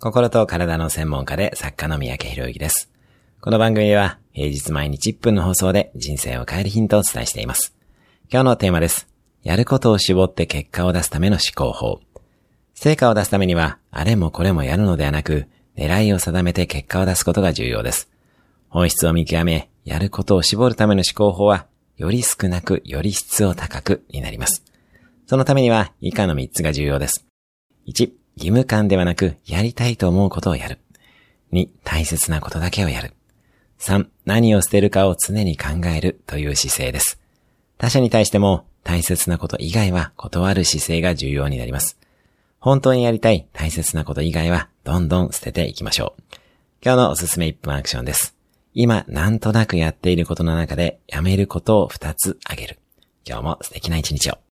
心と体の専門家で作家の三宅宏之です。この番組では平日毎日1分の放送で人生を変えるヒントをお伝えしています。今日のテーマです。やることを絞って結果を出すための思考法。成果を出すためにはあれもこれもやるのではなく、狙いを定めて結果を出すことが重要です。本質を見極め、やることを絞るための思考法は、より少なくより質を高くになります。そのためには以下の3つが重要です。1、義務感ではなくやりたいと思うことをやる。2、大切なことだけをやる。3、何を捨てるかを常に考えるという姿勢です。他者に対しても大切なこと以外は断る姿勢が重要になります。本当にやりたい大切なこと以外はどんどん捨てていきましょう。今日のおすすめ1分アクションです。今なんとなくやっていることの中でやめることを2つ挙げる。今日も素敵な一日を。